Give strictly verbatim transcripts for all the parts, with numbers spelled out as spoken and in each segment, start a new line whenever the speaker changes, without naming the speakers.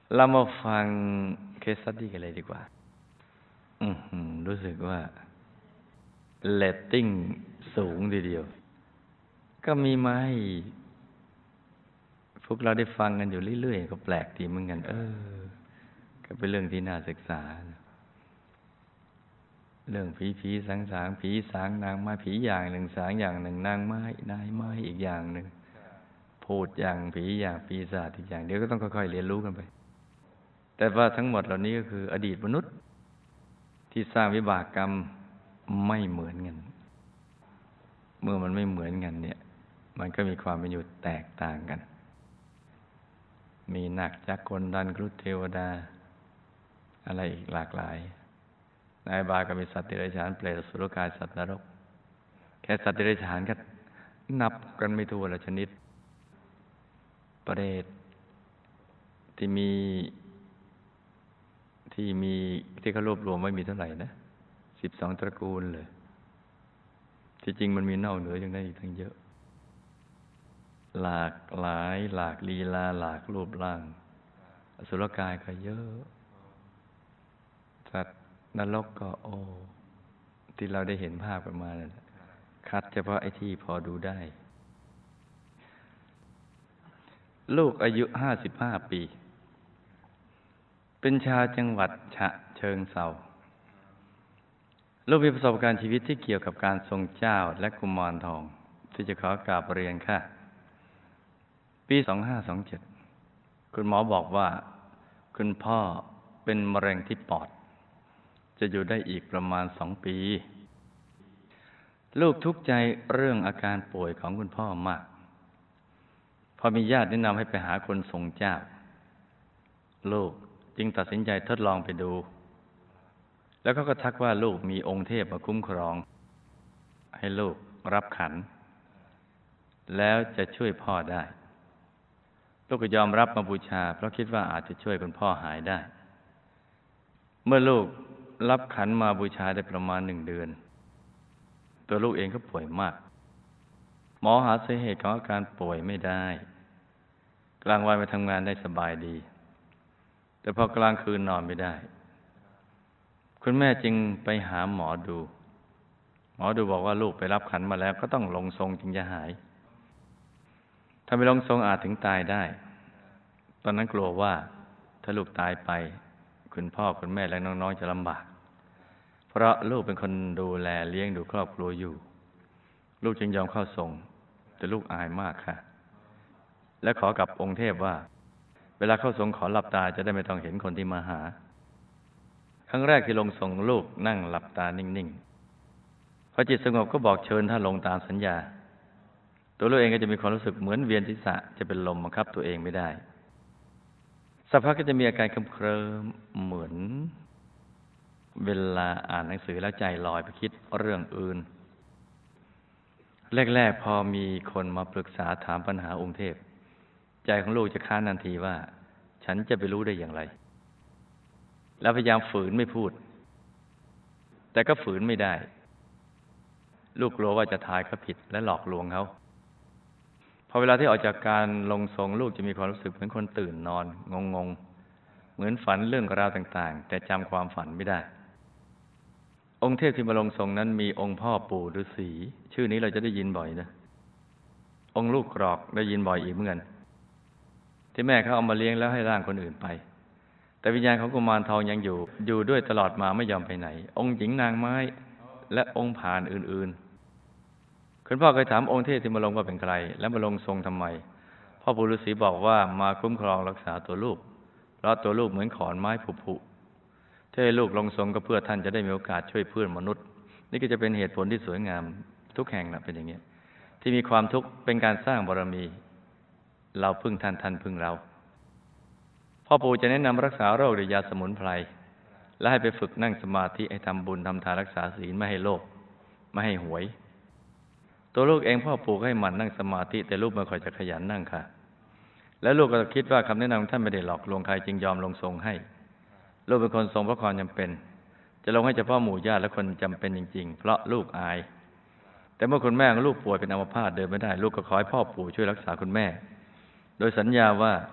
เรามาฟังเคสสตัดดี้กันเลยดีกว่าอือหือรู้สึกว่าเรตติ้งสูงทีเดียวก็มีมาให้พวกเราได้ฟังกันอยู่เรื่อยๆก็แปลกดีเหมือนกันเออก็เป็นเรื่องที่น่าศึกษาเรื่องผีผีสางสางผีสางนางไม้ผีอย่างหนึ่งสางอย่างหนึ่งนางไม้นายไม้อีกอย่างหนึ่งพูดอย่างผีอย่างปีศาจอีกอย่างเดี๋ยวก็ต้องค่อยๆเรียนรู้กันไปแต่ว่าทั้งหมดเหล่านี้ก็คืออดีตมนุษย์ที่สร้างวิบากกรรมไม่เหมือนกันเมื่อมันไม่เหมือนกันเนี่ยมันก็มีความเป็นอยู่แตกต่างกันมีนักจักกลดันครุฑเทวดาอะไรอีกหลากหลายนายบาก็มีสัตว์เดรัจฉานเปรตอสุรกายสัตว์นรกแค่สัตว์เดรัจฉานก็นับกันไม่ถ้วนละชนิดเปรตที่มีที่มีที่เขารวบรวมไว้มีเท่าไหร่นะสิบสองตระกูลเลยที่จริงมันมีนอกเหนืออย่างนั้นอีกทั้งเยอะหลากหลายหลากลีลาหลากรูปร่างอสุรกายก็เยอะสัตว์นรกก็โอ้ที่เราได้เห็นภาพกันมาเนี่ยคัดเฉพาะไอ้ที่พอดูได้ลูกอายุห้าสิบห้าปีเป็นชาวจังหวัดฉะเชิงเทราลูกมีประสบการณ์ชีวิตที่เกี่ยวกับการทรงเจ้าและกุมารทองที่จะขอกราบเรียนค่ะปีสองห้าสองเจ็ดคุณหมอบอกว่าคุณพ่อเป็นมะเร็งที่ปอดจะอยู่ได้อีกประมาณสองปีลูกทุกข์ใจเรื่องอาการป่วยของคุณพ่อมากพอมีญาติแนะนำให้ไปหาคนทรงเจ้าลูกจึงตัดสินใจทดลองไปดูแล้วเขาก็ทักว่าลูกมีองค์เทพมาคุ้มครองให้ลูกรับขันแล้วจะช่วยพ่อได้ลูกก็ยอมรับมาบูชาเพราะคิดว่าอาจจะช่วยคุณพ่อหายได้เมื่อลูกรับขันมาบูชาได้ประมาณหนึ่งเดือนตัวลูกเองก็ป่วยมากหมอหาสาเหตุของอาการป่วยไม่ได้กลางวันไปทำงานได้สบายดีแต่พอกลางคืนนอนไม่ได้คุณแม่จึงไปหาหมอดูหมอดูบอกว่าลูกไปรับขันมาแล้วก็ต้องลงทรงจึงจะหายถ้าไม่ลงทรงอาจถึงตายได้ตอนนั้นกลัวว่าถ้าลูกตายไปคุณพ่อคุณแม่และน้องๆจะลำบากเพราะลูกเป็นคนดูแลเลี้ยงดูครอบครัวอยู่ลูกจึงยอมเข้าทรงแต่ลูกอายมากค่ะและขอกับองค์เทพว่าเวลาเข้าทรงขอหลับตาจะได้ไม่ต้องเห็นคนที่มาหาครั้งแรกที่ลงทรงลูกนั่งหลับตานิ่งๆพอจิตสงบก็บอกเชิญท่านลงตามสัญญาตัวลูกเองก็จะมีความรู้สึกเหมือนเวียนศีรษะจะเป็นลมบังคับตัวเองไม่ได้สักพักก็จะมีอาการเคลิ้มๆเหมือนเวลาอ่านหนังสือแล้วใจลอยไปคิดเรื่องอื่นแรกๆพอมีคนมาปรึกษาถามปัญหาองค์เทพใจของลูกจะค้านทันทีว่าฉันจะไปรู้ได้อย่างไรแล้วพยายามฝืนไม่พูดแต่ก็ฝืนไม่ได้ลูกกลัวว่าจะทายเขาผิดและหลอกลวงเขาพอเวลาที่ออกจากการลงทรงลูกจะมีความรู้สึกเหมือนคนตื่นนอนงงๆเหมือนฝันเรื่องราวต่างๆแต่จำความฝันไม่ได้องค์เทพที่มาลงทรงนั้นมีองค์พ่อปู่ฤาษีชื่อนี้เราจะได้ยินบ่อยนะองค์ลูกกรอกได้ยินบ่อยอีกเหมือนกันที่แม่เขาเอามาเลี้ยงแล้วให้ร่างคนอื่นไปแต่วิญญาณของกุมารทองยังอยู่อยู่ด้วยตลอดมาไม่ยอมไปไหนองค์หญิงนางไม้และองค์ผ่านอื่นๆคุณพ่อเคยถามองค์เทพที่มาลงว่าเป็นใครและมาลงทรงทำไมพ่อปู่ฤาษีบอกว่ามาคุ้มครองรักษาตัวลูกเพราะตัวลูกเหมือนขอนไม้ผุๆที่ให้ลูกลงทรงก็เพื่อท่านจะได้มีโอกาสช่วยเพื่อนมนุษย์นี่ก็จะเป็นเหตุผลที่สวยงามทุกแห่งนะเป็นอย่างนี้ที่มีความทุกข์เป็นการสร้างบารมีเราพึ่งท่านท่านพึ่งเราพ่อปู่จะแนะนำรักษาโรคด้วยยาสมุนไพรและให้ไปฝึกนั่งสมาธิให้ทำบุญทำทานรักษาศีลไม่ให้โลภไม่ให้หวยตัวลูกเองพ่อปู่ให้หมั่นนั่งสมาธิแต่ลูกไม่ค่อยจะขยันนั่งค่ะแล้วลูกก็คิดว่าคำแนะนำของท่านไม่ได้หลอกลวงใครจึงยอมลงทรงให้ลูกเป็นคนทรงเพราะความจำเป็นจะลงให้เฉพาะหมู่ญาติและคนจำเป็นจริงๆเพราะลูกอายแต่เมื่อคุณแม่ของลูกป่วยเป็นอัมพาตเดินไม่ได้ลูกก็ขอให้พ่อปู่ช่วยรักษาคุณแม่โดยสัญญาว่า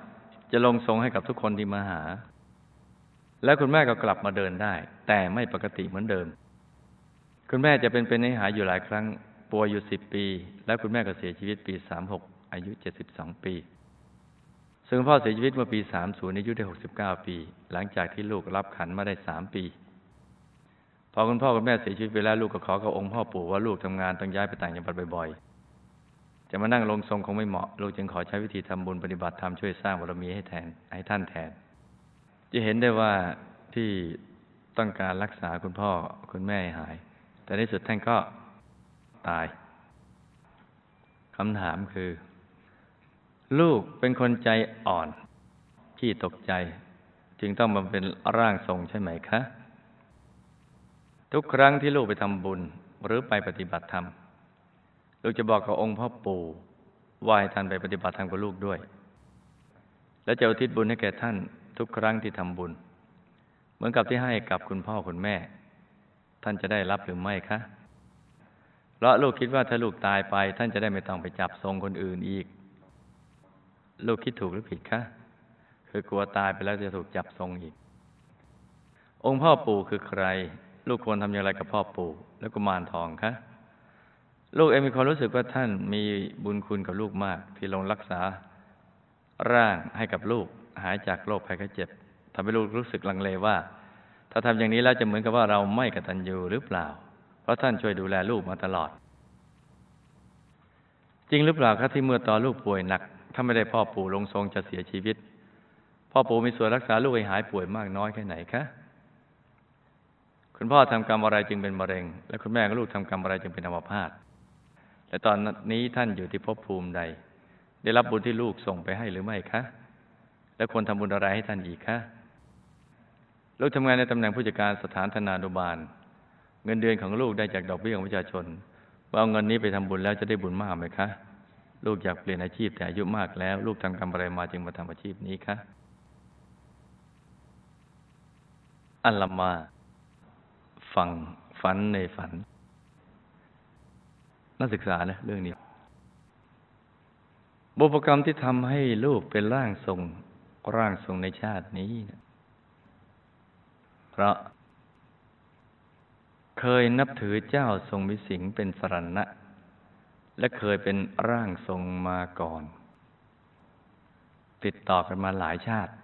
จะลงทรงให้กับทุกคนที่มาหาแล้วคุณแม่ก็กลับมาเดินได้แต่ไม่ปกติเหมือนเดิมคุณแม่จะเป็นเป็นให้หายอยู่หลายครั้งป่วยอยู่สิบปีแล้วคุณแม่ก็เสียชีวิตปีสามหกอายุเจ็ดสิบสองปีซึ่งพ่อเสียชีวิตเมื่อปีสามสิบอายุได้หกสิบเก้าปีหลังจากที่ลูกรับขันมาได้สามปีพอคุณพ่อคุณแม่เสียชีวิตไปแล้วลูกก็ขอกับองค์พ่อปู่ว่าลูกทำงานต้องย้ายไปต่างจังหวัดบ่อยๆจะมานั่งลงทรงคงไม่เหมาะลูกจึงขอใช้วิธีทำบุญปฏิบัติธรรมช่วยสร้างบารมีให้แทนให้ท่านแทนจะเห็นได้ว่าที่ต้องการรักษาคุณพ่อคุณแม่ให้หายแต่ในสุดท่านก็ตายคำถามคือลูกเป็นคนใจอ่อนขี้ตกใจจึงต้องมาเป็นร่างทรงใช่ไหมคะทุกครั้งที่ลูกไปทำบุญหรือไปปฏิบัติธรรมลูกจะบอกกับองค์พ่อปู่ว่าให้ท่านไปปฏิบัติธรรมกับลูกด้วยและจะอุทิศบุญให้แก่ท่านทุกครั้งที่ทำบุญเหมือนกับที่ให้กับคุณพ่อคุณแม่ท่านจะได้รับหรือไม่คะเพราะลูกคิดว่าถ้าลูกตายไปท่านจะได้ไม่ต้องไปจับทรงคนอื่นอีกลูกคิดถูกหรือผิดคะคือกลัวตายไปแล้วจะถูกจับทรงอีกองค์พ่อปู่คือใครลูกควรทำอย่างไรกับพ่อปู่และกุมารทองคะลูกเองมีความรู้สึกว่าท่านมีบุญคุณกับลูกมากที่ลงรักษาร่างให้กับลูกหายจากโรคภัยไข้เจ็บทำให้ลูกรู้สึกลังเลว่าถ้าทำอย่างนี้แล้วจะเหมือนกับว่าเราไม่กตัญญูหรือเปล่าเพราะท่านช่วยดูแลลูกมาตลอดจริงหรือเปล่าครับที่เมื่อตอนลูกป่วยหนักถ้าไม่ได้พ่อปู่ลงทรงจะเสียชีวิตพ่อปู่มีส่วนรักษาลูกให้หายป่วยมากน้อยแค่ไหนคะคุณพ่อทำกรรมอะไรจึงเป็นมะเร็งและคุณแม่กับลูกทำกรรมอะไรจึงเป็นอัมพาตและตอนนี้ท่านอยู่ที่ภพภูมิใดได้รับบุญที่ลูกส่งไปให้หรือไม่คะและควรทำบุญอะไรให้ท่านอีกคะลูกทำงานในตำแหน่งผู้จัดการสถานธนานุบาลเงินเดือนของลูกได้จากดอกเบี้ยของประชาชนว่าเอาเงินนี้ไปทำบุญแล้วจะได้บุญมากไหมคะลูกอยากเปลี่ยนอาชีพแต่อายุมากแล้วลูกทำกรรมอะไรมาจึงมาทำอาชีพนี้คะอัลลมาฟังฝันในฝันน่าศึกษานะเรื่องนี้บุพกรรมที่ทำให้ลูกเป็นร่างทรงร่างทรงในชาตินี้นะเพราะเคยนับถือเจ้าทรงวิสิงห์เป็นสรณะและเคยเป็นร่างทรงมาก่อนติดต่อกันมาหลายชาติ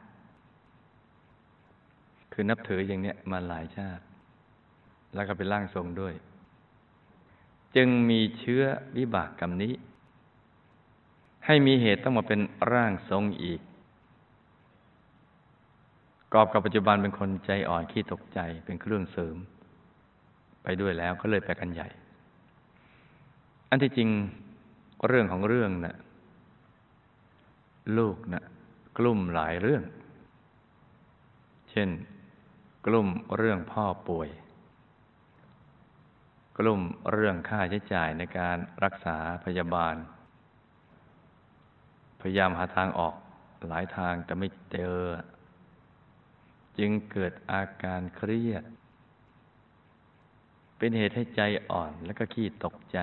คือนับถืออย่างเนี้ยมาหลายชาติแล้วก็เป็นร่างทรงด้วยจึงมีเชื้อวิบากกรรมนี้ให้มีเหตุต้องมาเป็นร่างทรงอีกกอบกับปัจจุบันเป็นคนใจอ่อนขี้ตกใจเป็นเครื่องเสริมไปด้วยแล้วก็เลยไปกันใหญ่อันที่จริงเรื่องของเรื่องน่ะลูกน่ะกลุ้มหลายเรื่องเช่นกลุ้มเรื่องพ่อป่วยกลุ้มเรื่องค่าใช้จ่ายในการรักษาพยาบาลพยายามหาทางออกหลายทางแต่ไม่เจอจึงเกิดอาการเครียดเป็นเหตุให้ใจอ่อนแล้วก็ขี้ตกใจ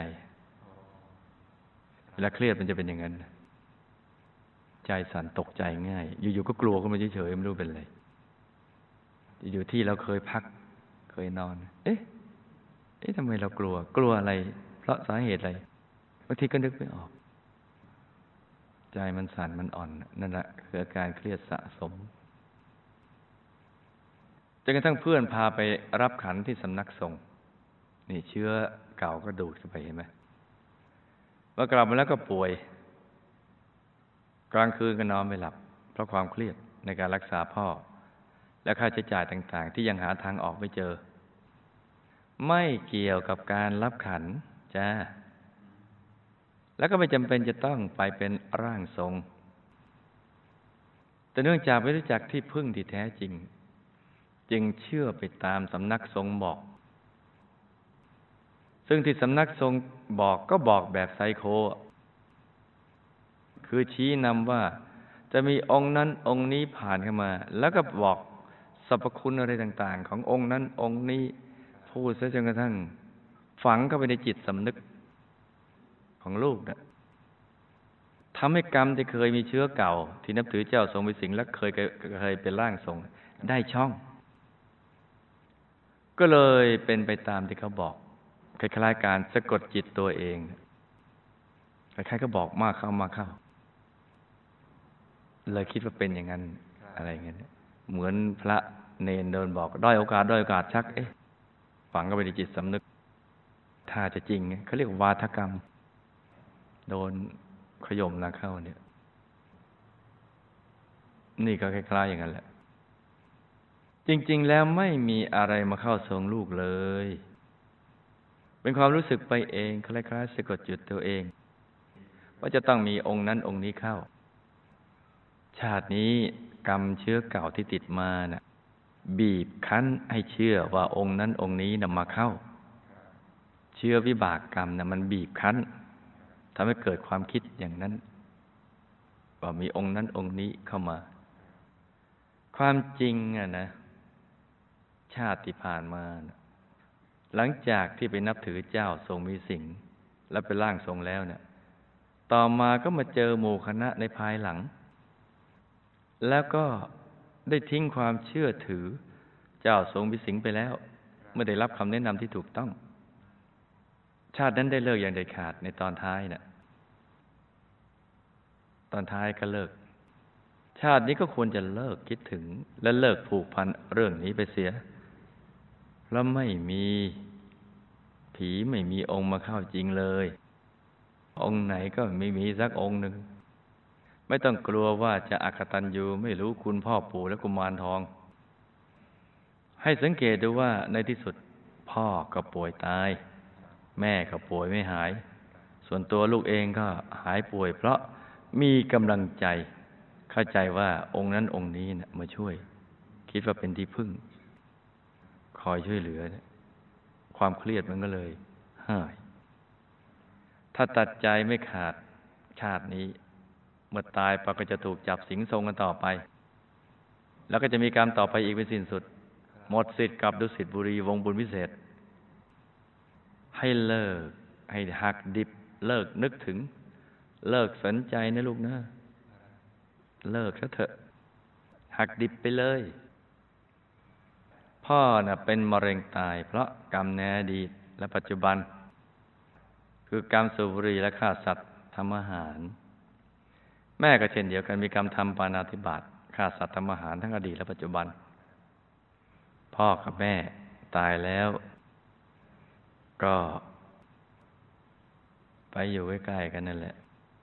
เวลาเครียดมันจะเป็นอย่างนั้นใจสั่นตกใจง่ายอยู่ๆก็กลัวขึ้นมาเฉยๆไม่รู้เป็นอะไรอยู่ที่เราเคยพักเคยนอนเอ๊ะเอ๊ะทำไมเรากลัวกลัวอะไรเพราะสาเหตุอะไรบางทีก็นึกไม่ออกใจมันสั่นมันอ่อนนั่นแหละคืออาการเครียดสะสมจนกระทั่งเพื่อนพาไปรับขันที่สำนักสงฆ์นี่เชื้อเก่าก็ดูดเข้าไปเห็นไหมว่ากลับมาแล้วก็ป่วยกลางคืนก็นอนไม่หลับเพราะความเครียดในการรักษาพ่อและค่าใช้จ่ายต่างๆที่ยังหาทางออกไม่เจอไม่เกี่ยวกับการรับขันจ้าแล้วก็ไม่จำเป็นจะต้องไปเป็นร่างทรงแต่เนื่องจากไม่รู้จักที่พึ่งที่แท้จริงจึงเชื่อไปตามสำนักทรงบอกซึ่งที่สำนักทรงบอกก็บอกแบบไซโคคือชี้นำว่าจะมีองค์นั้นองค์นี้ผ่านเข้ามาแล้วก็บอกสรรพคุณอะไรต่างๆขององค์นั้นองค์นี้พูดซะจนกระทั่งฝังเข้าไปในจิตสำนึกของลูกนะทำให้กรรมที่เคยมีเชื้อเก่าที่นับถือเจ้าทรงวิสิงห์และเคยเคยเป็นร่างทรงได้ช่อง ก็เลยเป็นไปตามที่เขาบอกคล้ายๆการสะกดจิตตัวเองคล้ายๆก็บอกมากเข้ามากเข้าเลยคิดว่าเป็นอย่างนั้นอะไรเงี้ยเหมือนพระเนนโดนบอกด้อยโอกาสด้อยโอกาสชักเอ๊ะฝังก็ไปในจิตสำนึกถ้าจะจริงเขาเรียกวาทกรรมโดนขย่มนาเข้าเนี่ยนี่ก็คล้ายๆอย่างนั้นแหละจริงๆแล้วไม่มีอะไรมาเข้าทรงลูกเลยเป็นความรู้สึกไปเองคล้ายๆสะกดจิตตัวเองว่าจะต้องมีองค์นั้นองค์นี้เข้าชาตินี้กรรมเชื้อเก่าที่ติดมาน่ะบีบคั้นให้เชื่อว่าองค์นั้นองค์นี้นำมาเข้าเชื้อวิบากกรรมน่ะมันบีบคั้นทำให้เกิดความคิดอย่างนั้นว่ามีองค์นั้นองค์นี้เข้ามาความจริงอะนะชาติที่ผ่านมานะหลังจากที่ไปนับถือเจ้าทรงมีสิงห์และเป็นร่างทรงแล้วเนี่ยต่อมาก็มาเจอหมู่คณะในภายหลังแล้วก็ได้ทิ้งความเชื่อถือเจ้าทรงมีสิงห์ไปแล้วไม่ได้รับคำแนะนำที่ถูกต้องชาตินั้นได้เลิกอย่างเด็ดขาดในตอนท้ายเนี่ยตอนท้ายก็เลิกชาตินี้ก็ควรจะเลิกคิดถึงและเลิกผูกพันเรื่องนี้ไปเสียแล้วไม่มีผีไม่มีองค์มาเข้าจริงเลยองค์ไหนก็ไม่มีสักองค์หนึ่งไม่ต้องกลัวว่าจะอกตัญญูไม่รู้คุณพ่อปู่และกุมารทองให้สังเกตดูว่าในที่สุดพ่อก็ป่วยตายแม่ก็ป่วยไม่หายส่วนตัวลูกเองก็หายป่วยเพราะมีกำลังใจเข้าใจว่าองค์นั้นองค์นี้นะมาช่วยคิดว่าเป็นที่พึ่งคอยช่วยเหลือเนี่ยความเครียดมันก็เลยหายถ้าตัดใจไม่ขาดชาตินี้เมื่อตายไปก็จะถูกจับสิงทรงกันต่อไปแล้วก็จะมีกรรมต่อไปอีกเป็นสิ้นสุดหมดสิทธิ์กับดุสิตบุรีวงบุญพิเศษให้เลิกให้หักดิบเลิกนึกถึงเลิกสนใจนะลูกนะเลิกซะเถอะหักดิบไปเลยพ่อน่ะเป็นมะเร็งตายเพราะกรรมในอดีตและปัจจุบันคือกรรมสูบบุหรี่และฆ่าสัตว์ทำอาหารแม่ก็เช่นเดียวกันมีกรรมทำปาณาติบาตฆ่าสัตว์ทำอาหารทั้งอดีตและปัจจุบันพ่อกับแม่ตายแล้วก็ไปอยู่ใกล้ๆกันนั่นแหละ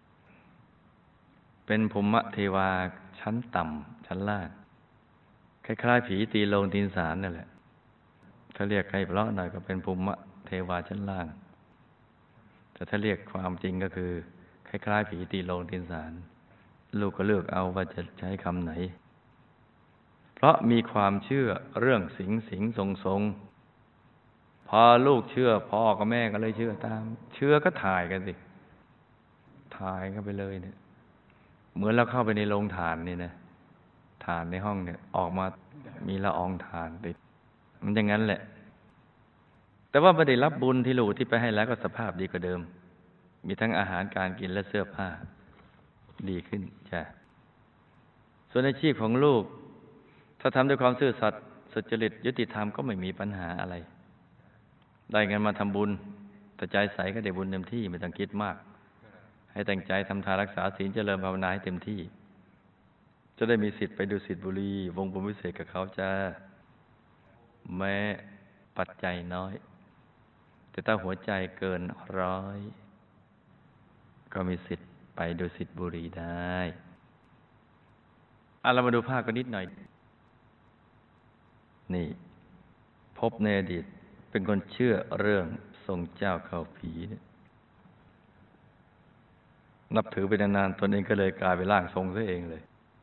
เป็นภูมิเทวาชั้นต่ำชั้นล่างคล้ายๆผีตีโลงตีนสารนั่นแหละถ้าเรียกใครเพราะหน่อยก็เป็นภูมิเทวาชั้นล่างแต่ถ้าเรียกความจริงก็คือคล้ายๆผีตีโลงตีนสารลูกก็เลือกเอาว่าจะใช้คำไหนเพราะมีความเชื่อเรื่องสิงสิงทรงทรงพอลูกเชื่อพ่อกับแม่ก็เลยเชื่อตามเชื่อก็ถ่ายกันสิถ่ายกันไปเลยเนี่ยเหมือนเราเข้าไปในโรงถ่านนี่นะถ่านในห้องเนี่ยออกมามีละอองถ่านติดมันอย่างนั้นแหละแต่ว่าไม่ได้รับบุญที่ลูกที่ไปให้แล้วก็สภาพดีกว่าเดิมมีทั้งอาหารการกินและเสื้อผ้าดีขึ้นใช่ส่วนอาชีพของลูกถ้าทำด้วยความซื่อสัตย์สุจริตยุติธรรมก็ไม่มีปัญหาอะไรได้เงินมาทำบุญแต่ใจใสก็ได้บุญเต็มที่ไม่ต้องคิดมากให้ตั้งใจทำทานรักษาศีลเจริญภาวนาให้เต็มที่จะได้มีสิทธิ์ไปดูสิทธิบุรีวงบุญวิเศษกับเขาจะแม้ปัจจัยน้อยแต่ถ้าหัวใจเกินร้อยก็มีสิทธิ์ไปดูสิทธิบุรีได้อ่ะเรามาดูภาพกันนิดหน่อยนี่พบในอดีตเป็นคนเชื่อเรื่องทรงเจ้าเข้าผีเนี่ยนับถือไปนานๆตนเองก็เลยกลายเป็นร่างทรงซะเองเลย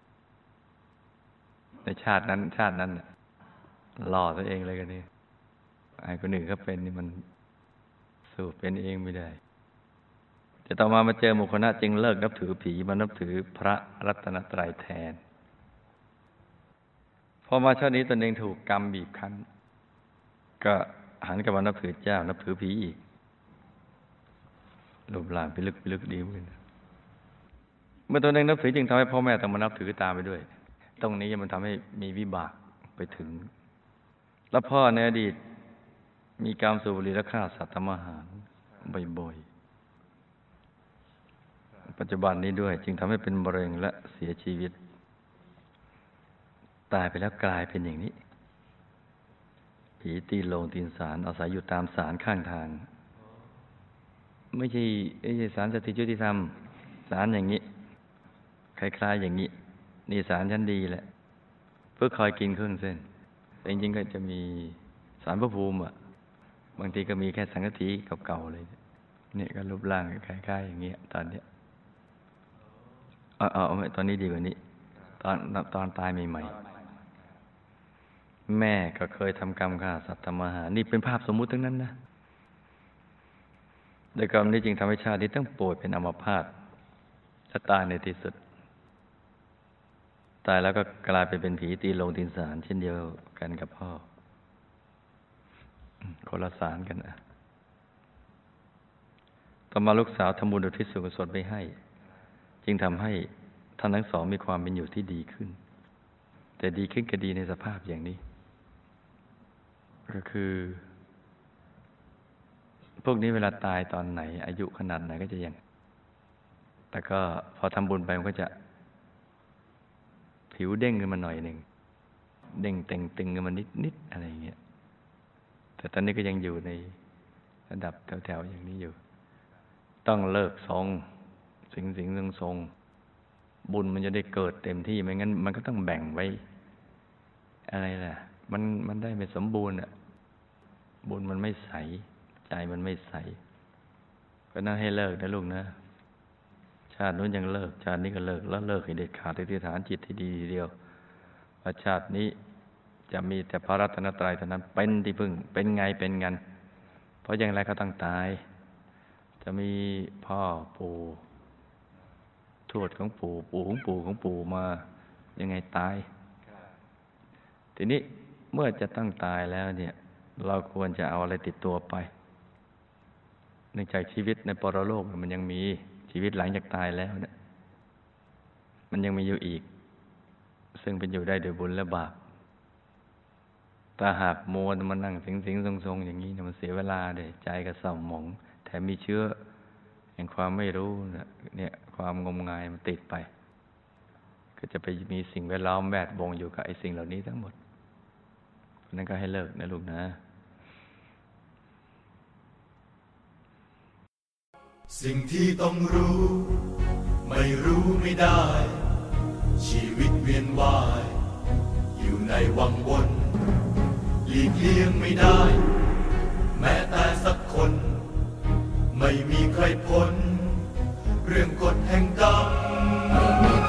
ในชาตินั้นชาตินั้นหล่อซะเองเลยกันนี่ไอ้คนหนึ่งเขาเป็นนี่มันสู้เป็นเองไม่ได้แต่ต่อมามาเจอหมู่คณะจึงเลิกนับถือผีมานับถือพระรัตนตรัยแทนพอมาชาตินี้ตนเองถูกกรรมบีบคั้นก็หันกลับมานับถือเจ้านับถือผีอีกรูปร่างพิลึกพิลึกดีเหมือนกันมื่อตนเองนับถือจึงทำให้พ่อแม่ต้องมานับถือตามไปด้วยตรงนี้มันทำให้มีวิบากไปถึงแล้วพ่อในอดีตมีกามสูบบุหรี่และฆ่าสัตว์ทำอาหารบ่อยๆปัจจุบันนี้ด้วยจึงทำให้เป็นมะเร็งและเสียชีวิตตายไปแล้วกลายเป็นอย่างนี้ผีตีนโลงตีนศาลอาศัยอยู่ตามศาลข้างทางไม่ใช่ไม่ใช่ศาลสถิตยุติธรรมศาลอย่างนี้คล้ายๆอย่างนี้นี่ศาลชั้นดีแหละเพื่อคอยกินเครื่องเส้นแต่จริงๆก็จะมีศาลพระภูมิอ่ะบางทีก็มีแค่สังฆทิเก่าๆเลยเนี่ยก็รูปร่างคล้ายๆอย่างเงี้ยตอนเนี้ยเอาเอาตอนนี้ดีกว่านี้ตอนตอนตายใหม่ๆแม่ก็เคยทำกรรมฆ่าสัตว์ทำอาหารนี่เป็นภาพสมมุติทั้งนั้นนะโดยกรรมนี้จึงทำให้ชาตินี้ต้องป่วยเป็นอัมพาตและตายในที่สุดตายแล้วก็กลายไปเป็นผีตีนโลงตีนศาลเช่นเดียวกันกับพ่อคนละสารกันนะต่อมาลูกสาวทำบุญอุทิศส่วนกุศลไปให้จึงทำให้ท่านทั้งสองมีความเป็นอยู่ที่ดีขึ้นแต่ดีขึ้นก็ดีในสภาพอย่างนี้ก็คือพวกนี้เวลาตายตอนไหนอายุขนาดไหนก็จะอย่างแต่ก็พอทำบุญไปมันก็จะผิวเด้งขึ้นมาหน่อยหนึ่งเด้งเต่งตึงขึ้นมานิดนิดอะไรอย่างเงี้ยแต่ตอนนี้ก็ยังอยู่ในระดับแถวๆอย่างนี้อยู่ต้องเลิกทรงสิงสิงทรงทรงบุญมันจะได้เกิดเต็มที่ไม่งั้นมันก็ต้องแบ่งไว้อะไรล่ะมันมันได้ไม่สมบูรณ์อ่ะบุญมันไม่ใสใจมันไม่ใสก็น่าให้เลิกนะลูกนะชาตินู้นยังเลิกชาตินี้ก็เลิกแล้วเลิกให้เด็ดขาดที่ฐานจิตที่ดีเดียวว่าชาตินี้จะมีแต่พระรัตนตรัยเท่านั้นเป็นที่พึ่งเป็นไงเป็นงันเพราะอย่างไรก็ต้องตายจะมีพ่อปู่ทวดของปู่ปู่ของปู่ของปู่มายังไงตายทีนี้เมื่อจะต้องตายแล้วเนี่ยเราควรจะเอาอะไรติดตัวไปเนื่องจากชีวิตในปรโลกมันยังมีชีวิตหลังจากตายแล้วเนี่ยมันยังมีอยู่อีกซึ่งเป็นอยู่ได้โดยบุญและบาปถ้าหากมัวมานั่งสิงสิงทรงทรงอย่างนี้เนี่ยมันเสียเวลาเลยใจก็เศร้าหมองแถมมีเชื้อแห่งความไม่รู้เนี่ยความงมงายมันติดไปก็จะไปมีสิ่งแวดล้อมแวดวงอยู่กับไอ้สิ่งเหล่านี้ทั้งหมดนั่นก็ให้เลิกนะลูกนะ
สิ่งที่ต้องรู้ไม่รู้ไม่ได้ชีวิตเวียนว่ายอยู่ในวังวนหลีกเลี่ยงไม่ได้แม้แต่สักคนไม่มีใครพ้นเรื่องกฎแห่งกรรม